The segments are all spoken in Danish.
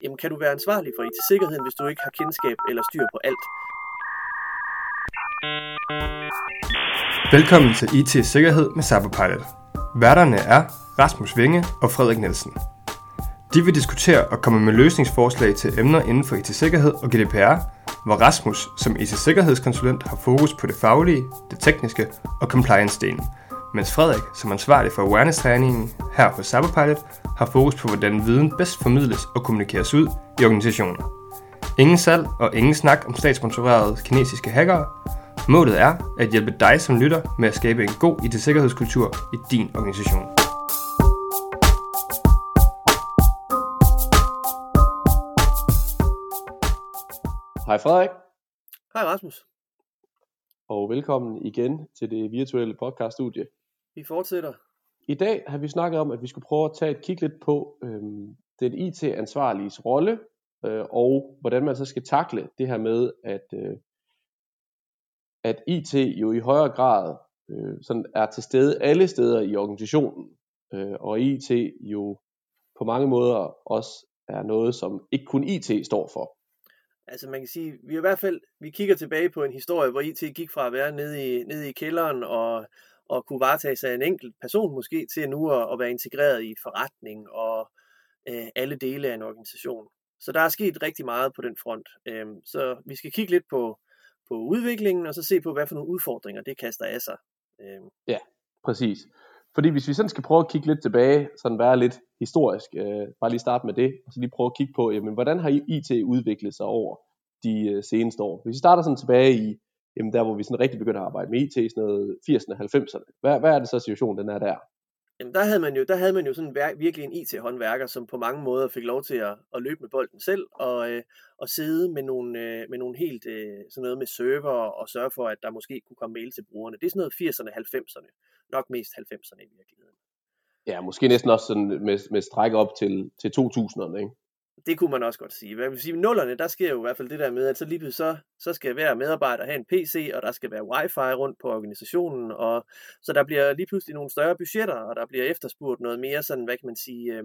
jamen kan du være ansvarlig for IT-sikkerheden, hvis du ikke har kendskab eller styr på alt? Velkommen til IT-sikkerhed med Cyberpilot. Værterne er Rasmus Winge og Frederik Nielsen. De vil diskutere og komme med løsningsforslag til emner inden for IT-sikkerhed og GDPR, hvor Rasmus som IT-sikkerhedskonsulent har fokus på det faglige, det tekniske og compliance-delen, mens Frederik som ansvarlig for awareness-træningen her hos Cyberpilot har fokus på, hvordan viden bedst formidles og kommunikeres ud i organisationer. Ingen salg og ingen snak om statssponsorerede kinesiske hackere. Målet er at hjælpe dig som lytter med at skabe en god IT-sikkerhedskultur i din organisation. Hej Frederik. Hej Rasmus. Og velkommen igen til det virtuelle podcaststudie. Vi fortsætter. I dag har vi snakket om, at vi skulle prøve at tage et kig lidt på den IT-ansvarliges rolle, og hvordan man så skal takle det her med, at IT jo i højere grad sådan er til stede alle steder i organisationen, og IT jo på mange måder også er noget, som ikke kun IT står for. Altså man kan sige, vi kigger tilbage på en historie, hvor IT gik fra at være nede i kælderen og kunne varetage sig en enkelt person måske, til nu at være integreret i forretning og alle dele af en organisation. Så der er sket rigtig meget på den front. Så vi skal kigge lidt på udviklingen, og så se på, hvad for nogle udfordringer det kaster af sig. Ja, præcis. Fordi hvis vi sådan skal prøve at kigge lidt tilbage, sådan være lidt historisk, bare lige starte med det, og så lige prøve at kigge på, jamen, hvordan har IT udviklet sig over de seneste år? Hvis vi starter sådan tilbage i, jamen, der hvor vi sådan rigtig begynder at arbejde med IT i sådan noget 80'erne og 90'erne, hvad er det så situationen, den er der? Jamen, der havde man jo sådan virkelig en IT-håndværker, som på mange måder fik lov til at løbe med bolden selv, og sidde med nogle helt sådan noget med server, og sørge for, at der måske kunne komme mail til brugerne. Det er sådan noget 80'erne, 90'erne. Nok mest 90'erne i virkeligheden. Ja, måske næsten også sådan med stræk op til 2000'erne, ikke? Det kunne man også godt sige. Hvad vil sige, i 0'erne, der sker jo i hvert fald det der med, at så lige pludselig så skal hver medarbejder have en PC, og der skal være wifi rundt på organisationen, og så der bliver lige pludselig nogle større budgetter, og der bliver efterspurgt noget mere sådan, hvad kan man sige,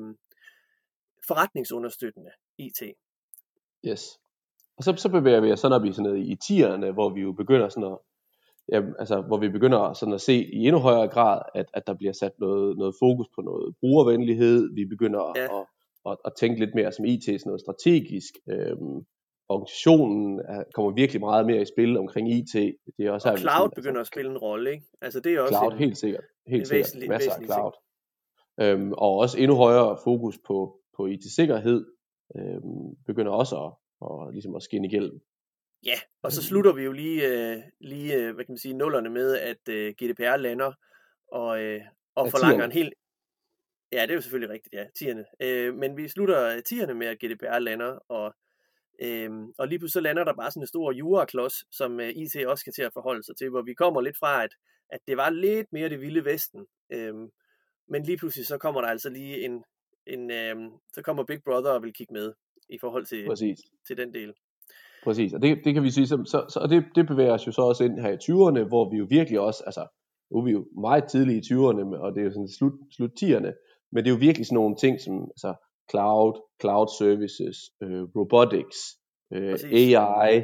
forretningsunderstøttende IT. Yes. Og så bevæger vi os sådan op i sådan noget i 10'erne, hvor vi jo begynder sådan at hvor vi begynder sådan at se i endnu højere grad, at der bliver sat noget fokus på noget brugervenlighed. Vi begynder at tænke lidt mere som IT, sådan noget strategisk. Organisationen kommer virkelig meget mere i spil omkring IT. Det er også og cloud begynder at spille en rolle, ikke? Altså det er også cloud, helt sikkert. Masser af cloud. Og også endnu højere fokus på IT-sikkerhed begynder også ligesom at skinne igennem. Ja, og så slutter vi jo lige hvad kan man sige, 0'erne med, at GDPR lander, og forlanger en helt... Ja, det er jo selvfølgelig rigtigt, ja, 10'erne. Men vi slutter 10'erne med, at GDPR lander, og lige pludselig så lander der bare sådan en stor juraklods, som IT også skal til at forholde sig til, hvor vi kommer lidt fra, at det var lidt mere det vilde vesten. Men lige pludselig så kommer der altså lige så kommer Big Brother og vil kigge med i forhold til den del. Præcis, og det kan vi sige, og det bevæger os jo så også ind her i 20'erne, hvor vi jo virkelig også, altså nu er vi jo meget tidlige i 20'erne, og det er jo sådan slut 10'erne, men det er jo virkelig sådan nogle ting som altså cloud services, robotics, AI,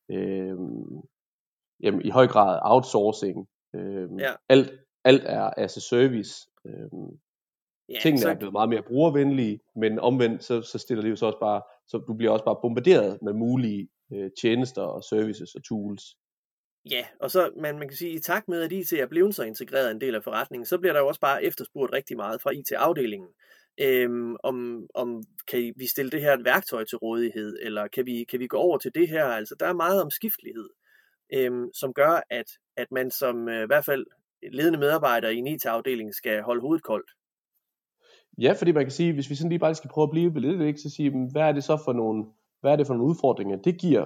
i høj grad outsourcing, alt er as a service. Tingene er blevet meget mere brugervenlige, men omvendt så stiller det jo så også bare, så du bliver også bare bombarderet med mulige tjenester og services og tools. Ja, og så man kan sige, i takt med at IT er blevet så integreret en del af forretningen, så bliver der jo også bare efterspurgt rigtig meget fra IT-afdelingen. Om kan vi stille det her et værktøj til rådighed, eller kan vi gå over til det her? Altså der er meget omskiftelighed, som gør, at man som i hvert fald ledende medarbejder i en IT-afdeling skal holde hovedet koldt. Ja, fordi man kan sige, hvis vi sådan lige bare skal prøve at blive ved lidt, ikke, så sige, hvad er det for nogle udfordringer, det giver,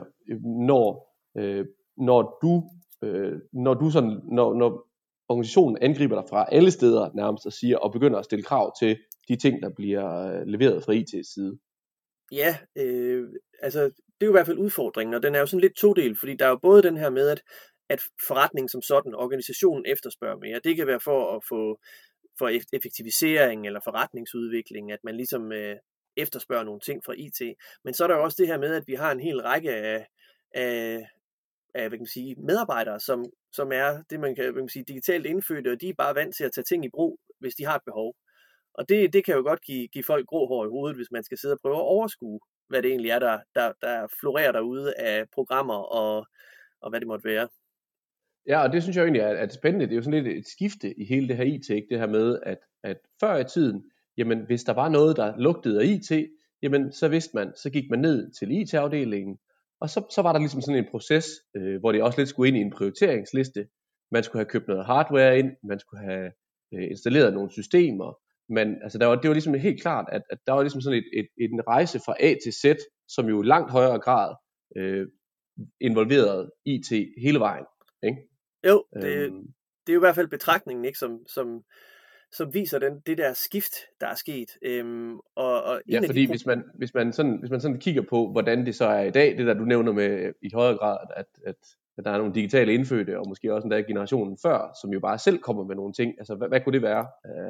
når organisationen angriber dig fra alle steder nærmest og begynder at stille krav til de ting, der bliver leveret fra IT's side. Ja, altså det er jo i hvert fald udfordringen, og den er jo sådan lidt todel, fordi der er jo både den her med, at forretningen som sådan, organisationen efterspørger mere. Det kan være for at få effektivisering eller forretningsudvikling, at man ligesom efterspørger nogle ting fra IT. Men så er der jo også det her med, at vi har en hel række af hvad kan man sige, medarbejdere, som er det, man kan sige, digitalt indfødte, og de er bare vant til at tage ting i brug, hvis de har et behov. Og det kan jo godt give folk grå hår i hovedet, hvis man skal sidde og prøve at overskue, hvad det egentlig er, der florerer derude af programmer og hvad det måtte være. Ja, og det synes jeg egentlig er spændende. Det er jo sådan lidt et skifte i hele det her IT, det her med, at før i tiden, jamen hvis der var noget, der lugtede af IT, jamen så vidste man, så gik man ned til IT-afdelingen, og så var der ligesom sådan en proces, hvor det også lidt skulle ind i en prioriteringsliste. Man skulle have købt noget hardware ind, man skulle have installeret nogle systemer, men altså det var ligesom helt klart, at der var ligesom sådan en rejse fra A til Z, som jo i langt højere grad involverede IT hele vejen, ikke? Jo, det er jo i hvert fald betragtningen, ikke, som viser det der skift, der er sket. Ja, fordi hvis man sådan kigger på, hvordan det så er i dag, det der du nævner med i højere grad, at der er nogle digitale indfødte, og måske også endda generationen før, som jo bare selv kommer med nogle ting. Altså, hvad kunne det være?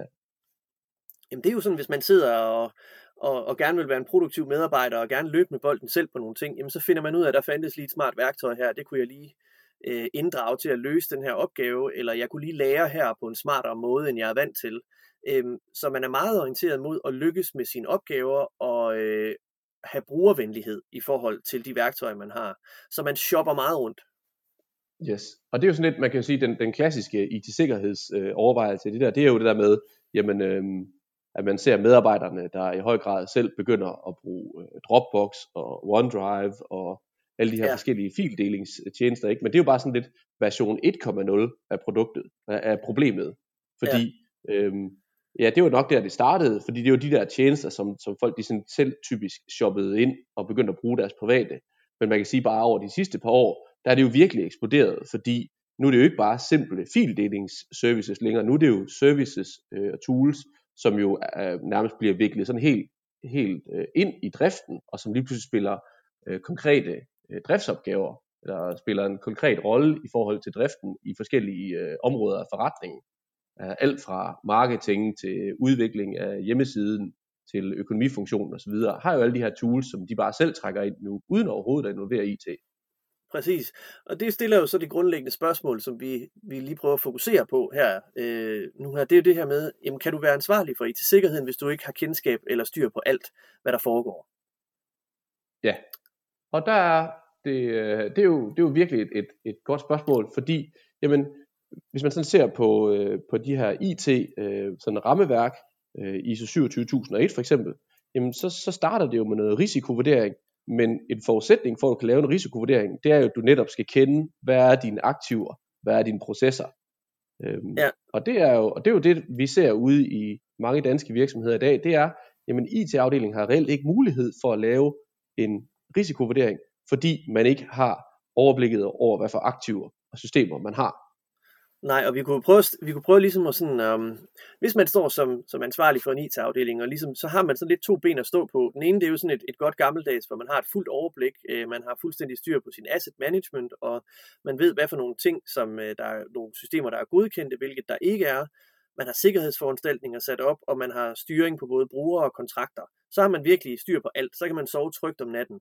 Jamen det er jo sådan, hvis man sidder og gerne vil være en produktiv medarbejder, og gerne løbe med bolden selv på nogle ting, jamen så finder man ud af, at der fandtes lige et smart værktøj her, det kunne jeg lige inddrage til at løse den her opgave, eller jeg kunne lige lære her på en smartere måde, end jeg er vant til. Så man er meget orienteret mod at lykkes med sine opgaver og have brugervenlighed i forhold til de værktøjer, man har. Så man shopper meget rundt. Yes, og det er jo sådan lidt, man kan jo sige, den klassiske IT-sikkerheds overvejelse, det er jo det der med, jamen, at man ser medarbejderne, der i høj grad selv begynder at bruge Dropbox og OneDrive og alle de her forskellige fildelingstjenester, ikke? Men det er jo bare sådan lidt version 1.0 af produktet, af problemet. Fordi, det var nok der, det startede, fordi det er jo de der tjenester, som folk de sådan selv typisk shoppede ind og begyndte at bruge deres private. Men man kan sige bare over de sidste par år, der er det jo virkelig eksploderet, fordi nu er det jo ikke bare simple fildelingsservices længere, nu er det jo services og tools, som jo nærmest bliver viklet sådan helt ind i driften, og som lige pludselig spiller konkrete driftsopgaver, eller spiller en konkret rolle i forhold til driften i forskellige områder af forretningen. Alt fra marketing til udvikling af hjemmesiden, til økonomifunktionen osv., har jo alle de her tools, som de bare selv trækker ind nu, uden overhovedet at involvere IT. Præcis, og det stiller jo så de grundlæggende spørgsmål, som vi lige prøver at fokusere på her nu her. Det er jo det her med, jamen, kan du være ansvarlig for IT-sikkerheden, hvis du ikke har kendskab eller styr på alt, hvad der foregår? Ja, og der er det er jo virkelig et godt spørgsmål, fordi jamen, hvis man sådan ser på de her IT sådan rammeværk, ISO 27001 for eksempel, jamen så starter det jo med noget risikovurdering, men en forudsætning for at du kan lave en risikovurdering, det er jo, at du netop skal kende, hvad er dine aktiver, hvad er dine processer. Og det er jo det, vi ser ude i mange danske virksomheder i dag, det er, jamen IT-afdelingen har reelt ikke mulighed for at lave en risikovurdering, fordi man ikke har overblikket over, hvad for aktiver og systemer man har. Nej, og vi kunne prøve ligesom at sådan, hvis man står som ansvarlig for en IT-afdeling, og ligesom, så har man sådan lidt to ben at stå på. Den ene, det er jo sådan et godt gammeldags, hvor man har et fuldt overblik, man har fuldstændig styr på sin asset management, og man ved, hvad for nogle ting, som der er nogle systemer, der er godkendte, hvilket der ikke er. Man har sikkerhedsforanstaltninger sat op, og man har styring på både brugere og kontrakter. Så har man virkelig styr på alt, så kan man sove trygt om natten.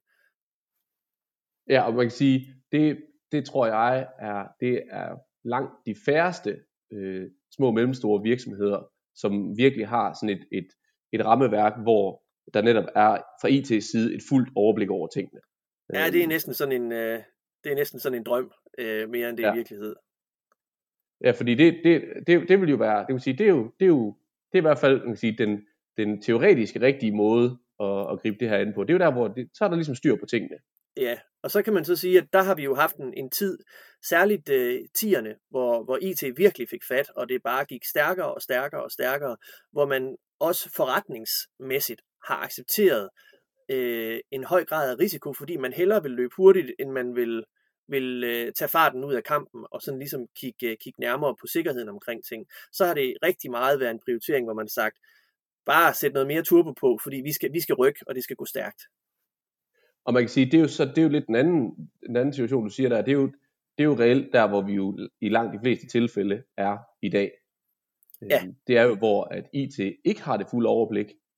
Ja, og man kan sige, det tror jeg er langt de færreste små og mellemstore virksomheder, som virkelig har sådan et rammeværk, hvor der netop er fra IT's side et fuldt overblik over tingene. Ja, det er næsten sådan en drøm, mere end det er virkelighed. Ja, fordi det vil jo være, det vil sige, det er i hvert fald, man kan sige, den teoretisk rigtige måde at gribe det her an på. Det er jo der, hvor så er der ligesom styr på tingene. Ja, og så kan man så sige, at der har vi jo haft en tid, særligt 10'erne, hvor IT virkelig fik fat, og det bare gik stærkere og stærkere og stærkere, hvor man også forretningsmæssigt har accepteret en høj grad af risiko, fordi man hellere vil løbe hurtigt, end man vil tage farten ud af kampen, og sådan ligesom kigge nærmere på sikkerheden omkring ting. Så har det rigtig meget været en prioritering, hvor man har sagt, bare sæt noget mere turbo på, fordi vi skal rykke, og det skal gå stærkt. Og man kan sige, det er jo lidt en anden situation, du siger der. Det er jo reelt der, hvor vi jo i langt de fleste tilfælde er i dag. Ja. Det er jo, hvor at IT ikke har det fulde overblik,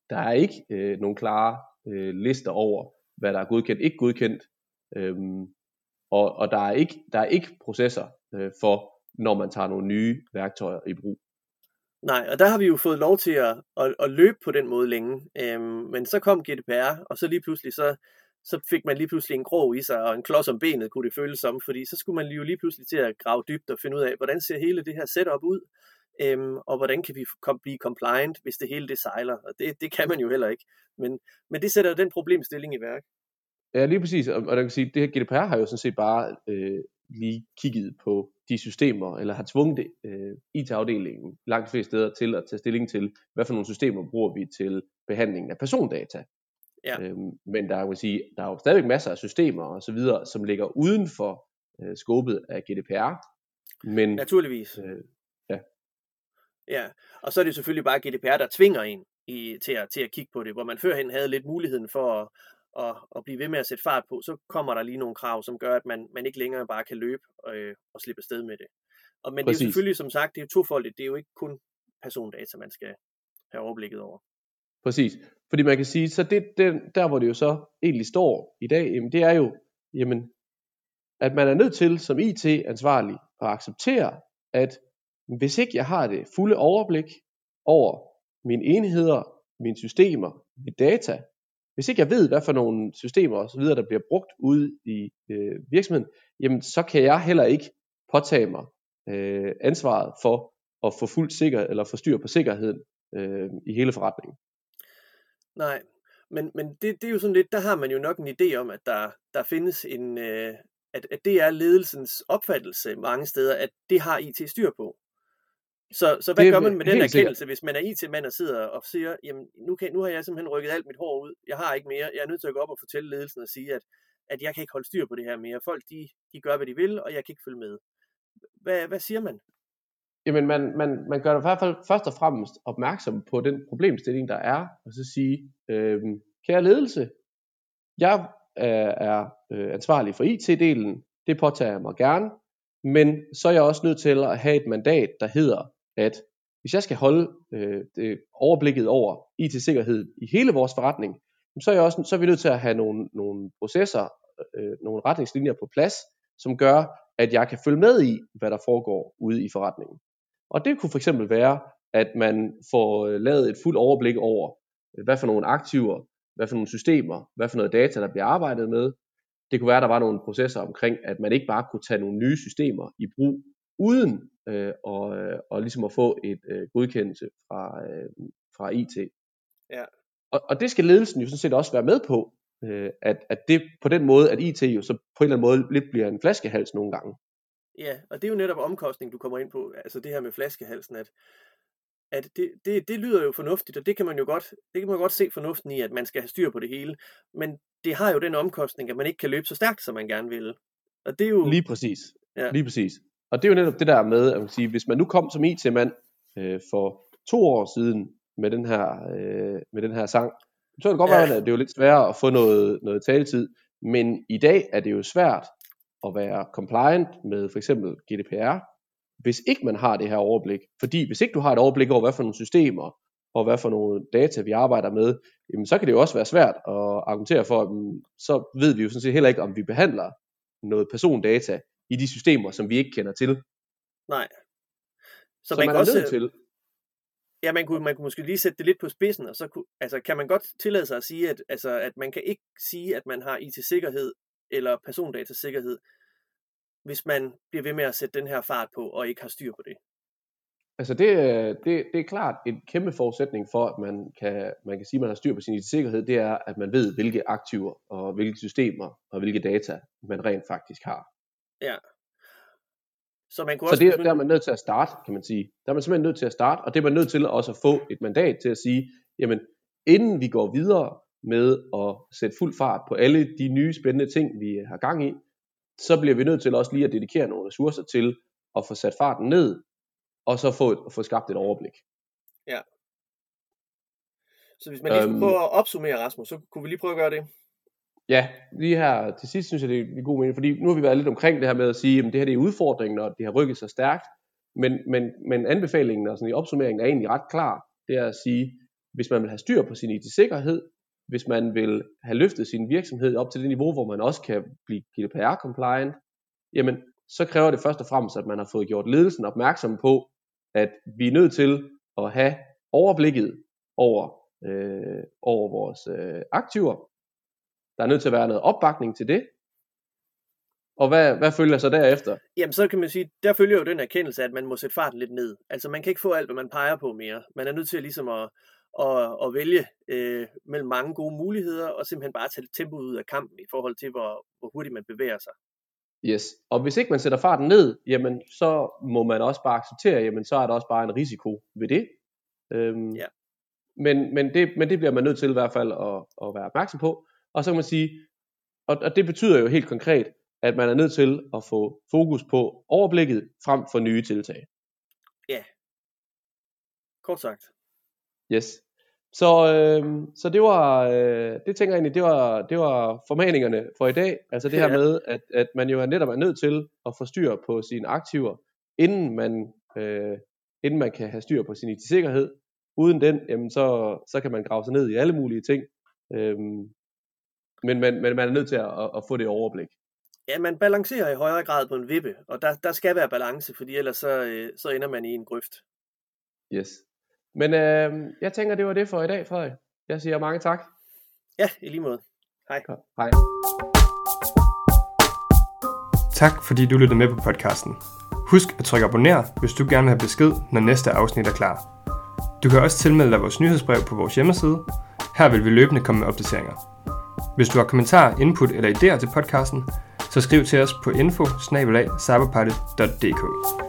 der er ikke nogen klare lister over, hvad der er godkendt, ikke godkendt, og der er ikke processer for, når man tager nogle nye værktøjer i brug. Nej, og der har vi jo fået lov til at løbe på den måde længe, men så kom GDPR, og så lige pludselig så fik man lige pludselig en grov i sig, og en klods om benet kunne det føles som, fordi så skulle man jo lige pludselig til at grave dybt og finde ud af, hvordan ser hele det her setup ud, og hvordan kan vi blive compliant, hvis det hele det sejler, og det kan man jo heller ikke, men det sætter den problemstilling i værk. Ja, lige præcis, og der kan sige, det her GDPR har jo sådan set bare lige kigget på de systemer, eller har tvunget IT-afdelingen langt de fleste steder til at tage stilling til, hvad for nogle systemer bruger vi til behandlingen af persondata. Ja. Men der er jo stadigvæk masser af systemer og så videre, som ligger uden for skåbet af GDPR. Men, naturligvis. Ja, og så er det selvfølgelig bare GDPR, der tvinger en til at kigge på det, hvor man førhen havde lidt muligheden for at blive ved med at sætte fart på, så kommer der lige nogle krav, som gør, at man ikke længere bare kan løbe og slippe afsted med det. Men det er jo selvfølgelig, som sagt, det er jo tofoldigt, det er jo ikke kun persondata, man skal have overblikket over. Præcis, fordi man kan sige, så der hvor det jo så egentlig står i dag, det er jo, at man er nødt til som IT-ansvarlig at acceptere, at hvis ikke jeg har det fulde overblik over mine enheder, mine systemer, mit data, hvis ikke jeg ved, hvad for nogle systemer og så videre, der bliver brugt ude i virksomheden, jamen så kan jeg heller ikke påtage mig ansvaret for at få fuld sikkerhed eller få styr på sikkerheden i hele forretningen. Nej, men det er jo sådan lidt, der har man jo nok en idé om, at der findes at det er ledelsens opfattelse mange steder, at det har IT styr på. Så hvad gør man med den erkendelse, hvis man er IT-mand og sidder og siger, jamen nu har jeg simpelthen rykket alt mit hår ud, jeg har ikke mere, jeg er nødt til at gå op og fortælle ledelsen og sige, at jeg kan ikke holde styr på det her mere. Folk de gør, hvad de vil, og jeg kan ikke følge med. Hvad siger man? Jamen man gør i hvert fald først og fremmest opmærksom på den problemstilling, der er, og så sige, kære ledelse, jeg er ansvarlig for IT-delen, det påtager jeg mig gerne, men så er jeg også nødt til at have et mandat, der hedder, at hvis jeg skal holde overblikket over IT-sikkerhed i hele vores forretning, så er vi nødt til at have nogle processer, nogle retningslinjer på plads, som gør, at jeg kan følge med i, hvad der foregår ude i forretningen. Og det kunne for eksempel være, at man får lavet et fuldt overblik over, hvad for nogle aktiver, hvad for nogle systemer, hvad for noget data, der bliver arbejdet med. Det kunne være, at der var nogle processer omkring, at man ikke bare kunne tage nogle nye systemer i brug, uden og ligesom at få et godkendelse fra IT. Ja. Og det skal ledelsen jo sådan set også være med på, at det på den måde, at IT jo så på en eller anden måde lidt bliver en flaskehals nogle gange. Ja, og det er jo netop omkostning, du kommer ind på, altså det her med flaskehalsen, at det lyder jo fornuftigt, og det kan man godt se fornuften i, at man skal have styr på det hele, men det har jo den omkostning, at man ikke kan løbe så stærkt, som man gerne vil. Og det er jo... Lige præcis. Og det er jo netop det der med, at man kan sige, hvis man nu kom som IT-mand for 2 år siden med den her sang, så kan det godt være, at det er jo lidt sværere at få noget taletid, men i dag er det jo svært at være compliant med for eksempel GDPR, hvis ikke man har det her overblik. Fordi hvis ikke du har et overblik over, hvad for nogle systemer og hvad for nogle data vi arbejder med, jamen, så kan det jo også være svært at argumentere for, at så ved vi jo sådan set heller ikke, om vi behandler noget persondata i de systemer, som vi ikke kender til. Nej. Så man er nødt til. Ja, man kunne måske lige sætte det lidt på spidsen, og så kan man godt tillade sig at sige, at man kan ikke sige, at man har IT-sikkerhed eller persondatasikkerhed, hvis man bliver ved med at sætte den her fart på, og ikke har styr på det. Altså det er klart en kæmpe forudsætning for, at man kan sige, at man har styr på sin IT-sikkerhed, det er, at man ved, hvilke aktiver og hvilke systemer og hvilke data, man rent faktisk har. Ja. Så der er man nødt til at starte, kan man sige. Der er man simpelthen nødt til at starte, og det er man nødt til også at få et mandat til at sige, jamen, inden vi går videre med at sætte fuld fart på alle de nye spændende ting, vi har gang i, så bliver vi nødt til også lige at dedikere nogle ressourcer til at få sat farten ned, og så få skabt et overblik. Ja. Så hvis man lige skulle prøve at opsummere, Rasmus, så kunne vi lige prøve at gøre det. Ja, lige her til sidst synes jeg, det er en god mening, fordi nu har vi været lidt omkring det her med at sige, at det her det er udfordringen, og det har rykket sig stærkt, men anbefalingen og sådan i opsummeringen er egentlig ret klar. Det er at sige, hvis man vil have styr på sin IT-sikkerhed, hvis man vil have løftet sin virksomhed op til det niveau, hvor man også kan blive GDPR-compliant, jamen, så kræver det først og fremmest, at man har fået gjort ledelsen opmærksom på, at vi er nødt til at have overblikket over vores aktiver. Der er nødt til at være noget opbakning til det. Og hvad følger så derefter? Jamen, så kan man sige, der følger jo den erkendelse, at man må sætte farten lidt ned. Altså, man kan ikke få alt, hvad man peger på mere. Man er nødt til ligesom at vælge mellem mange gode muligheder, og simpelthen bare tage tempoet ud af kampen i forhold til, hvor hurtigt man bevæger sig. Yes, og hvis ikke man sætter farten ned, jamen, så må man også bare acceptere, jamen, så er der også bare en risiko ved det. Ja. Men det bliver man nødt til i hvert fald at være opmærksom på. Og så kan man sige, og det betyder jo helt konkret, at man er nødt til at få fokus på overblikket frem for nye tiltag. Ja, kort sagt. Yes. Så det var, det tænker jeg egentlig, det var formaningerne for i dag. Altså det her med, at man jo netop er nødt til at få styr på sine aktiver, inden man kan have styr på sin IT-sikkerhed. Uden den, jamen så kan man grave sig ned i alle mulige ting. Men man er nødt til at få det overblik. Ja, man balancerer i højere grad på en vippe, og der skal være balance, fordi ellers så ender man i en grøft. Yes. Men jeg tænker, det var det for i dag, Frederik. Jeg siger mange tak. Ja, i lige måde. Hej. Hej. Tak fordi du lyttede med på podcasten. Husk at trykke abonner, hvis du gerne vil have besked, når næste afsnit er klar. Du kan også tilmelde dig vores nyhedsbrev på vores hjemmeside. Her vil vi løbende komme med opdateringer. Hvis du har kommentarer, input eller idéer til podcasten, så skriv til os på info@cyberpilot.dk.